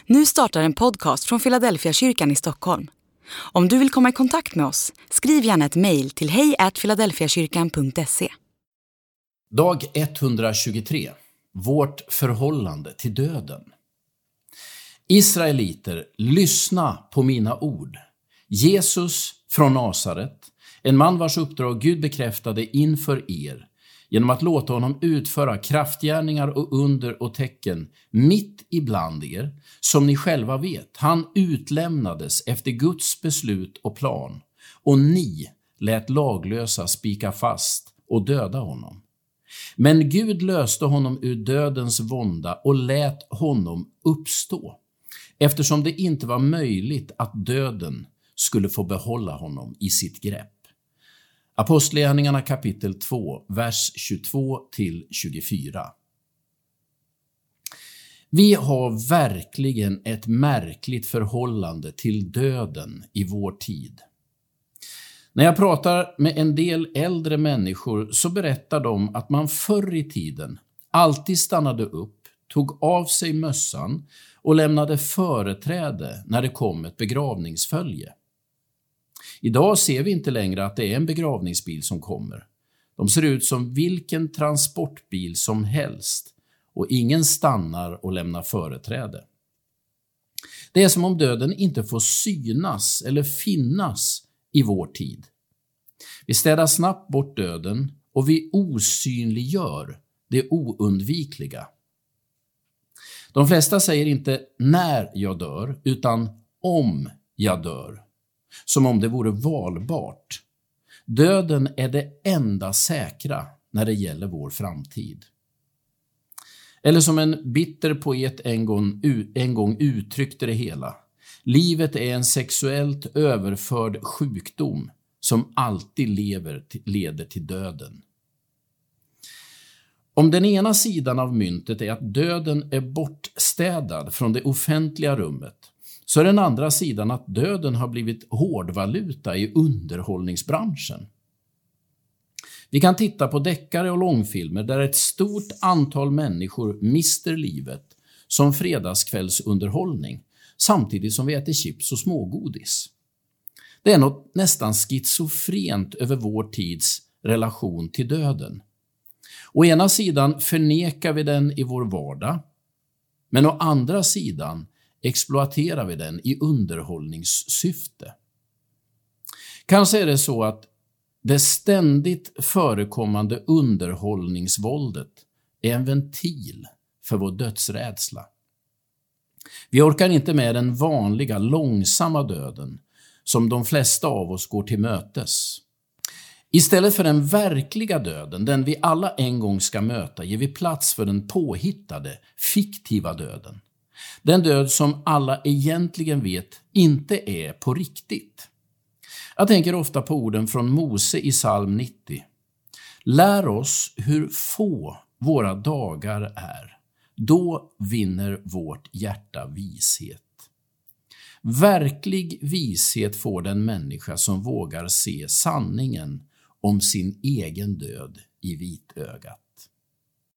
Nu startar en podcast från Philadelphia kyrkan i Stockholm. Om du vill komma i kontakt med oss, skriv gärna ett mejl till hej@philadelphiakyrkan.se. Dag 123. Vårt förhållande till döden. Israeliter, lyssna på mina ord. Jesus från Nasaret, en man vars uppdrag Gud bekräftade inför er genom att låta honom utföra kraftgärningar och under och tecken mitt ibland er, som ni själva vet. Han utlämnades efter Guds beslut och plan, och ni lät laglösa spika fast och döda honom. Men Gud löste honom ur dödens vånda och lät honom uppstå, eftersom det inte var möjligt att döden skulle få behålla honom i sitt grepp. Apostlagärningarna kapitel 2, vers 22-24. Vi har verkligen ett märkligt förhållande till döden i vår tid. När jag pratar med en del äldre människor så berättar de att man förr i tiden alltid stannade upp, tog av sig mössan och lämnade företräde när det kom ett begravningsfölje. Idag ser vi inte längre att det är en begravningsbil som kommer. De ser ut som vilken transportbil som helst och ingen stannar och lämnar företräde. Det är som om döden inte får synas eller finnas i vår tid. Vi städar snabbt bort döden och vi osynliggör det oundvikliga. De flesta säger inte när jag dör utan om jag dör. Som om det vore valbart. Döden är det enda säkra när det gäller vår framtid. Eller som en bitter poet en gång uttryckte det hela. Livet är en sexuellt överförd sjukdom som alltid leder till döden. Om den ena sidan av myntet är att döden är bortstädad från det offentliga rummet, så är den andra sidan att döden har blivit hårdvaluta i underhållningsbranschen. Vi kan titta på deckare och långfilmer där ett stort antal människor mister livet som fredagskvällsunderhållning, samtidigt som vi äter chips och smågodis. Det är något nästan schizofrent över vår tids relation till döden. Å ena sidan förnekar vi den i vår vardag, men å andra sidan exploaterar vi den i underhållningssyfte. Kanske är det så att det ständigt förekommande underhållningsvåldet är en ventil för vår dödsrädsla. Vi orkar inte med den vanliga, långsamma döden som de flesta av oss går till mötes. Istället för den verkliga döden, den vi alla en gång ska möta, ger vi plats för den påhittade, fiktiva döden. Den död som alla egentligen vet inte är på riktigt. Jag tänker ofta på orden från Mose i psalm 90. Lär oss hur få våra dagar är. Då vinner vårt hjärta vishet. Verklig vishet får den människa som vågar se sanningen om sin egen död i vitögat.